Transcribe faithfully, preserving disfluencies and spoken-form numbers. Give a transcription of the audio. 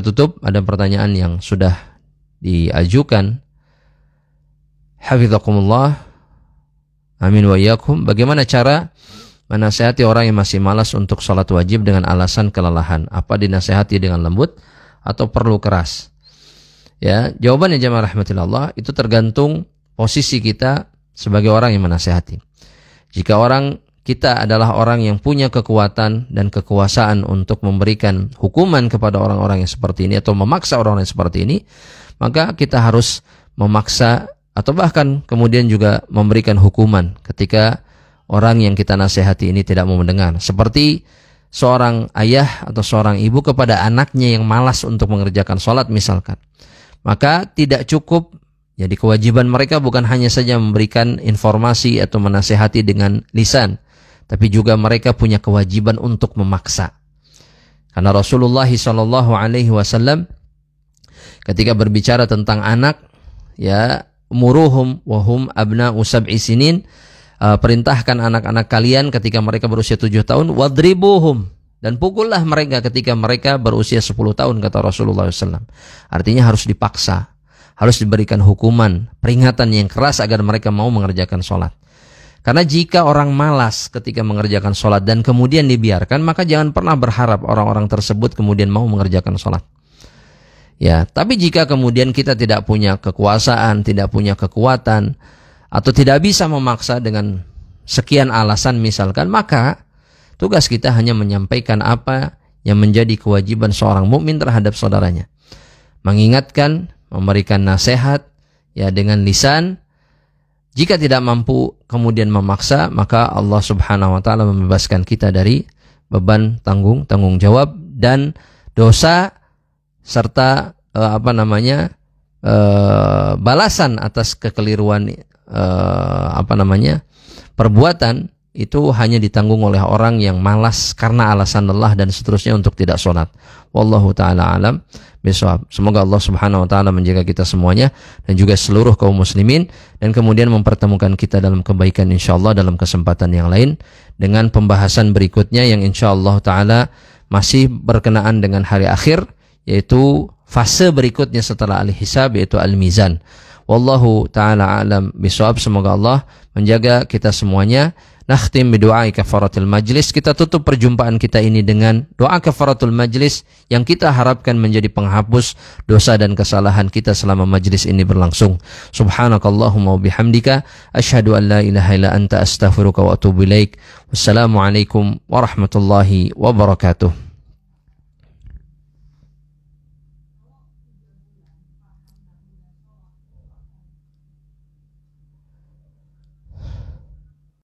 kita tutup, ada pertanyaan yang sudah diajukan. Hafizakumullah, amin wa iyyakum. Bagaimana cara menasihati orang yang masih malas untuk sholat wajib dengan alasan kelelahan? Apa dinasihati dengan lembut atau perlu keras? Ya, jawabannya jamaah rahmatillah, itu tergantung posisi kita sebagai orang yang menasihati. Jika orang kita adalah orang yang punya kekuatan dan kekuasaan untuk memberikan hukuman kepada orang-orang yang seperti ini atau memaksa orang-orang yang seperti ini, maka kita harus memaksa atau bahkan kemudian juga memberikan hukuman ketika orang yang kita nasihati ini tidak mau mendengar. Seperti seorang ayah atau seorang ibu kepada anaknya yang malas untuk mengerjakan sholat misalkan. Maka tidak cukup, jadi kewajiban mereka bukan hanya saja memberikan informasi atau menasihati dengan lisan, tapi juga mereka punya kewajiban untuk memaksa. Karena Rasulullah shallallahu alaihi wasallam ketika berbicara tentang anak, ya, umuruhum wahum abna'u sab'i sinin, uh, perintahkan anak-anak kalian ketika mereka berusia tujuh tahun, wadribuhum, dan pukullah mereka ketika mereka berusia sepuluh tahun, kata Rasulullah shallallahu alaihi wasallam. Artinya harus dipaksa, harus diberikan hukuman, peringatan yang keras agar mereka mau mengerjakan sholat. Karena jika orang malas ketika mengerjakan sholat dan kemudian dibiarkan, maka jangan pernah berharap orang-orang tersebut kemudian mau mengerjakan sholat. Ya, tapi jika kemudian kita tidak punya kekuasaan, tidak punya kekuatan, atau tidak bisa memaksa dengan sekian alasan misalkan, maka tugas kita hanya menyampaikan apa yang menjadi kewajiban seorang mukmin terhadap saudaranya. Mengingatkan, memberikan nasihat, ya, dengan lisan. Jika tidak mampu kemudian memaksa, maka Allah Subhanahu wa taala membebaskan kita dari beban tanggung tanggung jawab dan dosa serta eh, apa namanya? Eh, balasan atas kekeliruan eh, apa namanya? perbuatan itu hanya ditanggung oleh orang yang malas karena alasan lelah dan seterusnya untuk tidak sholat. Wallahu ta'ala alam bishawab. Semoga Allah Subhanahu wa taala menjaga kita semuanya dan juga seluruh kaum muslimin, dan kemudian mempertemukan kita dalam kebaikan insyaallah dalam kesempatan yang lain dengan pembahasan berikutnya yang insyaallah taala masih berkenaan dengan hari akhir, yaitu fase berikutnya setelah al-hisab, yaitu al-mizan. Wallahu ta'ala alam bishawab. Semoga Allah menjaga kita semuanya. Nakhtim bidu'ai kafaratul majlis. Kita tutup perjumpaan kita ini dengan doa kafaratul majlis yang kita harapkan menjadi penghapus dosa dan kesalahan kita selama majlis ini berlangsung. Subhanakallahumma wa bihamdika asyhadu an la ilaha illa anta astaghfiruka wa atubu ilaik. Wassalamualaikum warahmatullahi wabarakatuh.